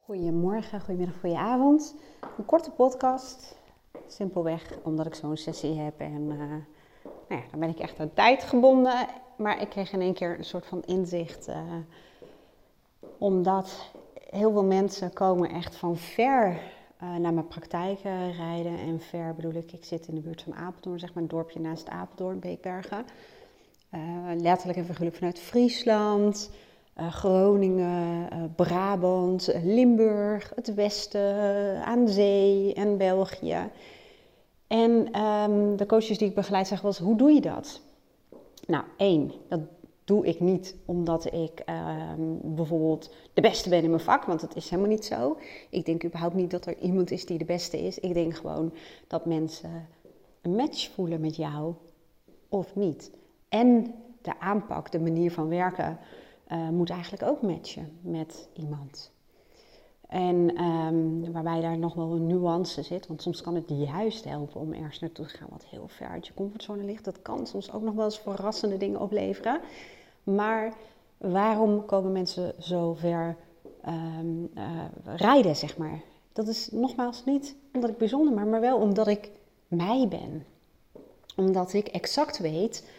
Goedemorgen, goedemiddag, goedenavond. Een korte podcast. Simpelweg omdat ik zo'n sessie heb en dan ben ik echt aan tijd gebonden. Maar ik kreeg in één keer een soort van inzicht. Omdat heel veel mensen komen echt van ver naar mijn praktijk rijden. En ver bedoel ik zit in de buurt van Apeldoorn, zeg maar een dorpje naast Apeldoorn, Beekbergen. Letterlijk en figuurlijk vanuit Friesland, Groningen, Brabant, Limburg, het Westen, aan de zee en België. En de coaches die ik begeleid zeggen wel eens, hoe doe je dat? Nou, dat doe ik niet omdat ik bijvoorbeeld de beste ben in mijn vak, want dat is helemaal niet zo. Ik denk überhaupt niet dat er iemand is die de beste is. Ik denk gewoon dat mensen een match voelen met jou of niet. En de aanpak, de manier van werken, moet eigenlijk ook matchen met iemand. En waarbij daar nog wel een nuance zit, want soms kan het juist helpen om ergens naartoe te gaan wat heel ver uit je comfortzone ligt. Dat kan soms ook nog wel eens verrassende dingen opleveren. Maar waarom komen mensen zo ver rijden, zeg maar? Dat is nogmaals niet omdat ik bijzonder ben, maar wel omdat ik mij ben. Omdat ik exact weet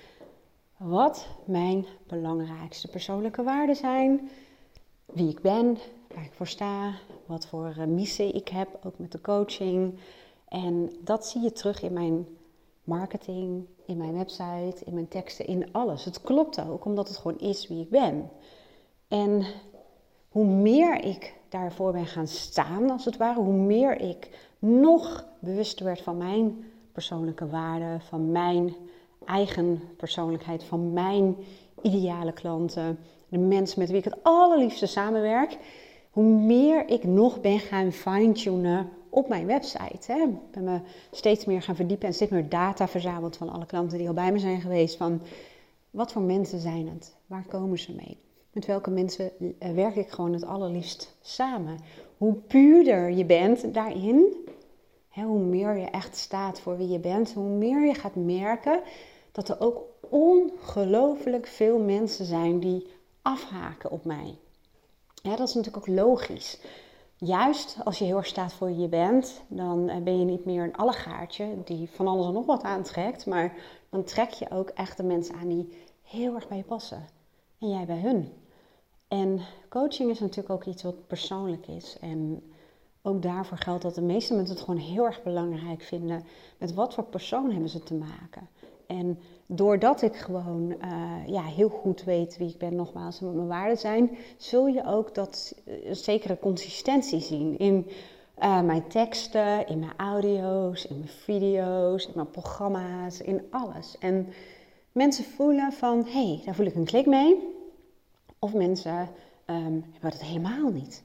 wat mijn belangrijkste persoonlijke waarden zijn, wie ik ben, waar ik voor sta, wat voor missie ik heb, ook met de coaching. En dat zie je terug in mijn marketing, in mijn website, in mijn teksten, in alles. Het klopt ook, omdat het gewoon is wie ik ben. En hoe meer ik daarvoor ben gaan staan, als het ware, hoe meer ik nog bewuster werd van mijn persoonlijke waarden, van mijn eigen persoonlijkheid, van mijn ideale klanten, de mensen met wie ik het allerliefste samenwerk, hoe meer ik nog ben gaan fine-tunen op mijn website. Hè. Ik ben me steeds meer gaan verdiepen en steeds meer data verzameld van alle klanten die al bij me zijn geweest. Van wat voor mensen zijn het? Waar komen ze mee? Met welke mensen werk ik gewoon het allerliefst samen? Hoe puurder je bent daarin, hè, hoe meer je echt staat voor wie je bent, hoe meer je gaat merken dat er ook ongelooflijk veel mensen zijn die afhaken op mij. Ja, dat is natuurlijk ook logisch. Juist als je heel erg staat voor wie je bent, dan ben je niet meer een allegaartje die van alles en nog wat aantrekt. Maar dan trek je ook echt de mensen aan die heel erg bij je passen. En jij bij hun. En coaching is natuurlijk ook iets wat persoonlijk is. En ook daarvoor geldt dat de meeste mensen het gewoon heel erg belangrijk vinden. Met wat voor persoon hebben ze te maken. En doordat ik gewoon heel goed weet wie ik ben, nogmaals, en wat mijn waarden zijn, zul je ook een zekere consistentie zien in mijn teksten, in mijn audio's, in mijn video's, in mijn programma's, in alles. En mensen voelen van, hé, daar voel ik een klik mee. Of mensen hebben dat helemaal niet.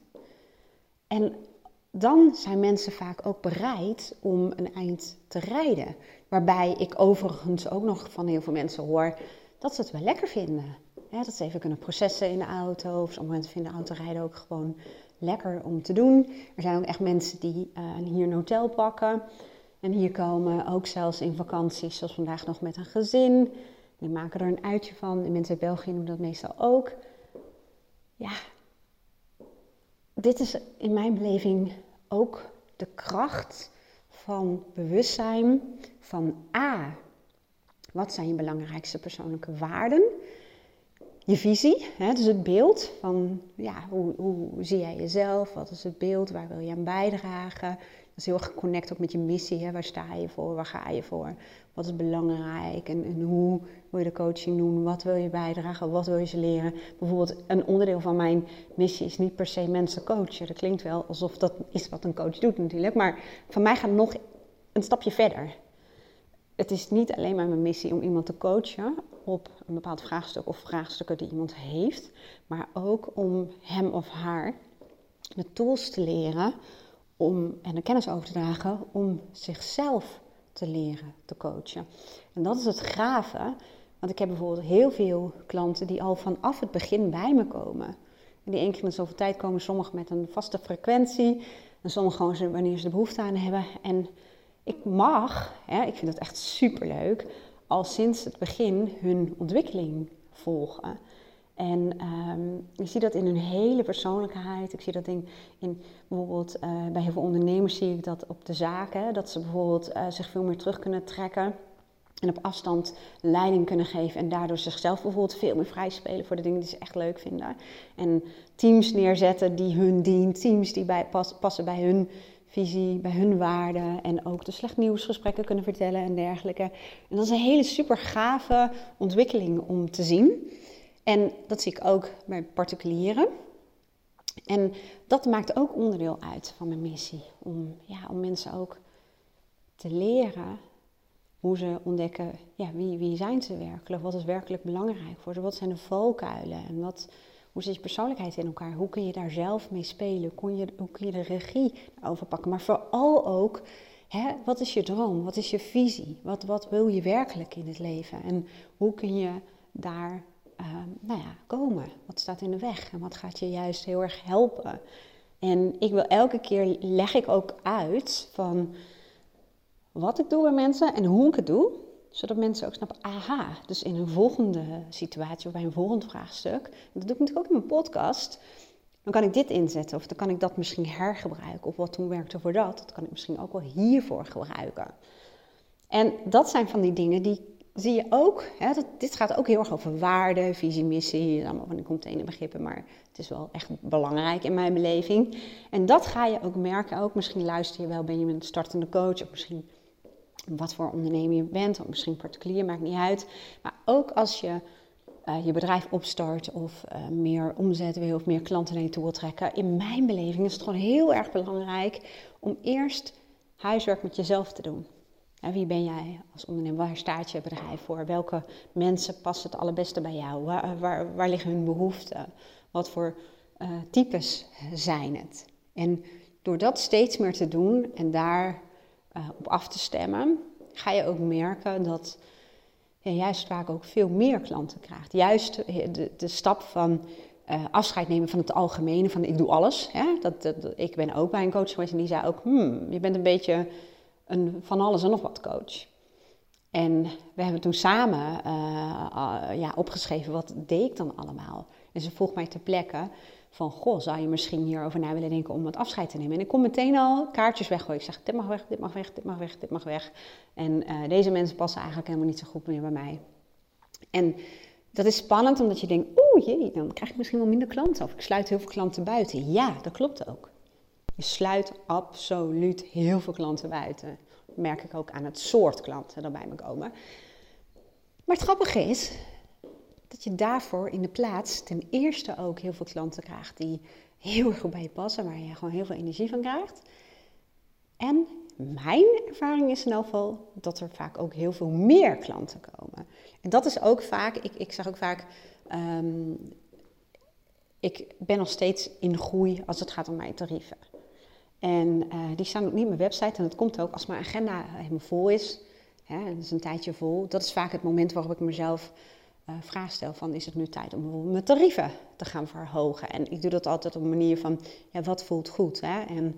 En dan zijn mensen vaak ook bereid om een eind te rijden. Waarbij ik overigens ook nog van heel veel mensen hoor dat ze het wel lekker vinden. Ja, dat ze even kunnen processen in de auto. Of sommige mensen vinden autorijden ook gewoon lekker om te doen. Er zijn ook echt mensen die hier een hotel pakken. En hier komen ook zelfs in vakanties, zoals vandaag nog met een gezin. Die maken er een uitje van. De mensen uit België doen dat meestal ook. Ja, dit is in mijn beleving ook de kracht van bewustzijn van wat zijn je belangrijkste persoonlijke waarden? Je visie, dus het beeld van hoe zie jij jezelf? Wat is het beeld? Waar wil je aan bijdragen? Dat is heel erg geconnect ook met je missie. Hè? Waar sta je voor? Waar ga je voor? Wat is belangrijk? En hoe wil je de coaching doen? Wat wil je bijdragen? Wat wil je ze leren? Bijvoorbeeld een onderdeel van mijn missie is niet per se mensen coachen. Dat klinkt wel alsof dat is wat een coach doet natuurlijk. Maar van mij gaat het nog een stapje verder. Het is niet alleen maar mijn missie om iemand te coachen op een bepaald vraagstuk of vraagstukken die iemand heeft. Maar ook om hem of haar de tools te leren en de kennis over te dragen om zichzelf te leren te coachen. En dat is het gave, want ik heb bijvoorbeeld heel veel klanten die al vanaf het begin bij me komen. En die één keer in de zoveel tijd komen, sommigen met een vaste frequentie en sommigen gewoon wanneer ze de behoefte aan hebben. En ik ik vind het echt superleuk, al sinds het begin hun ontwikkeling volgen. En ik zie dat in hun hele persoonlijkheid. Ik zie dat in bijvoorbeeld bij heel veel ondernemers zie ik dat op de zaken. Dat ze bijvoorbeeld zich veel meer terug kunnen trekken. En op afstand leiding kunnen geven. En daardoor zichzelf bijvoorbeeld veel meer vrij spelen voor de dingen die ze echt leuk vinden. En teams neerzetten die hun dient. Teams die passen bij hun visie, bij hun waarden. En ook de slecht nieuwsgesprekken kunnen vertellen en dergelijke. En dat is een hele super gave ontwikkeling om te zien. En dat zie ik ook bij particulieren. En dat maakt ook onderdeel uit van mijn missie. Om mensen ook te leren hoe ze ontdekken, wie zijn ze werkelijk? Wat is werkelijk belangrijk voor ze? Wat zijn de valkuilen? En hoe zit je persoonlijkheid in elkaar? Hoe kun je daar zelf mee spelen? Hoe kun je de regie over pakken? Maar vooral ook, wat is je droom? Wat is je visie? Wat wil je werkelijk in het leven? En hoe kun je daar komen? Wat staat in de weg? En wat gaat je juist heel erg helpen? En elke keer leg ik ook uit van wat ik doe bij mensen en hoe ik het doe. Zodat mensen ook snappen, dus in een volgende situatie of bij een volgend vraagstuk. Dat doe ik natuurlijk ook in mijn podcast. Dan kan ik dit inzetten of dan kan ik dat misschien hergebruiken. Of wat toen werkte voor dat kan ik misschien ook wel hiervoor gebruiken. En dat zijn van die dingen die zie je ook. Dit gaat ook heel erg over waarde, visie, missie. Allemaal van die containerbegrippen, maar het is wel echt belangrijk in mijn beleving. En dat ga je ook merken. Ook misschien luister je wel, ben je een startende coach of misschien wat voor ondernemer je bent, of misschien particulier, maakt niet uit. Maar ook als je je bedrijf opstart of meer omzet wil of meer klanten naar je toe wil trekken. In mijn beleving is het gewoon heel erg belangrijk om eerst huiswerk met jezelf te doen. Wie ben jij als ondernemer? Waar staat je bedrijf voor? Welke mensen passen het allerbeste bij jou? Waar liggen hun behoeften? Wat voor types zijn het? En door dat steeds meer te doen en daar op af te stemmen, ga je ook merken dat je juist vaak ook veel meer klanten krijgt. Juist de stap van afscheid nemen van het algemene, van ik doe alles. Ik ben ook bij een coach geweest en die zei ook, je bent een beetje een van alles en nog wat coach. En we hebben toen samen opgeschreven, wat deed ik dan allemaal? En ze vroeg mij ter plekke van, zou je misschien hierover na willen denken om het afscheid te nemen? En ik kon meteen al kaartjes weggooien. Ik zeg, dit mag weg, dit mag weg, dit mag weg, dit mag weg. En deze mensen passen eigenlijk helemaal niet zo goed meer bij mij. En dat is spannend, omdat je denkt, dan krijg ik misschien wel minder klanten. Of ik sluit heel veel klanten buiten. Ja, dat klopt ook. Je sluit absoluut heel veel klanten buiten. Dat merk ik ook aan het soort klanten dat bij me komen. Maar het grappige is dat je daarvoor in de plaats ten eerste ook heel veel klanten krijgt die heel erg goed bij je passen, waar je gewoon heel veel energie van krijgt. En mijn ervaring is in elk geval dat er vaak ook heel veel meer klanten komen. En dat is ook vaak, ik zeg ook vaak, ik ben nog steeds in groei als het gaat om mijn tarieven. En die staan ook niet op mijn website. En dat komt ook als mijn agenda helemaal vol is. Dat is een tijdje vol. Dat is vaak het moment waarop ik mezelf vraag stel van, is het nu tijd om bijvoorbeeld mijn tarieven te gaan verhogen? En ik doe dat altijd op een manier van, wat voelt goed? En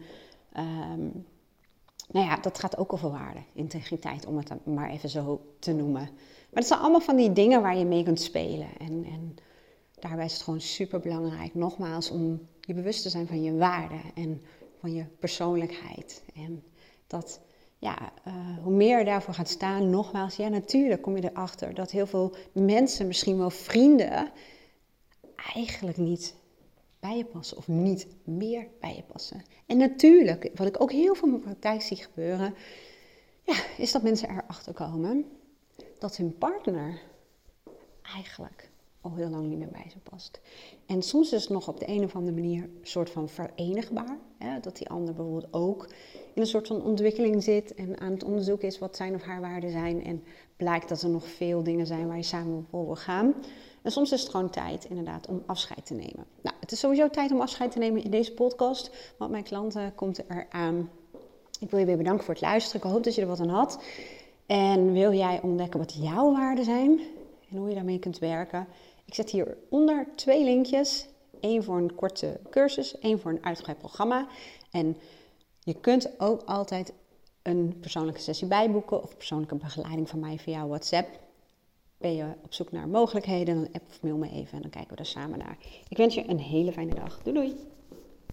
dat gaat ook over waarde, integriteit, om het maar even zo te noemen. Maar het zijn allemaal van die dingen waar je mee kunt spelen. En daarbij is het gewoon super belangrijk, nogmaals, om je bewust te zijn van je waarde en van je persoonlijkheid. En dat, hoe meer je daarvoor gaat staan, nogmaals, natuurlijk kom je erachter dat heel veel mensen, misschien wel vrienden, eigenlijk niet bij je passen of niet meer bij je passen. En natuurlijk, wat ik ook heel veel in mijn praktijk zie gebeuren, is dat mensen erachter komen dat hun partner eigenlijk al heel lang niet meer bij ze past. En soms is het nog op de een of andere manier een soort van verenigbaar. Dat die ander bijvoorbeeld ook in een soort van ontwikkeling zit en aan het onderzoeken is wat zijn of haar waarden zijn. En blijkt dat er nog veel dingen zijn waar je samen voor wil gaan. En soms is het gewoon tijd inderdaad om afscheid te nemen. Nou, het is sowieso tijd om afscheid te nemen in deze podcast, want mijn klanten komt eraan. Ik wil je weer bedanken voor het luisteren. Ik hoop dat je er wat aan had. En wil jij ontdekken wat jouw waarden zijn en hoe je daarmee kunt werken? Ik zet hieronder 2 linkjes. 1 voor een korte cursus, 1 voor een uitgebreid programma. En je kunt ook altijd een persoonlijke sessie bijboeken of persoonlijke begeleiding van mij via WhatsApp. Ben je op zoek naar mogelijkheden, dan app of mail me even en dan kijken we er samen naar. Ik wens je een hele fijne dag. Doei doei!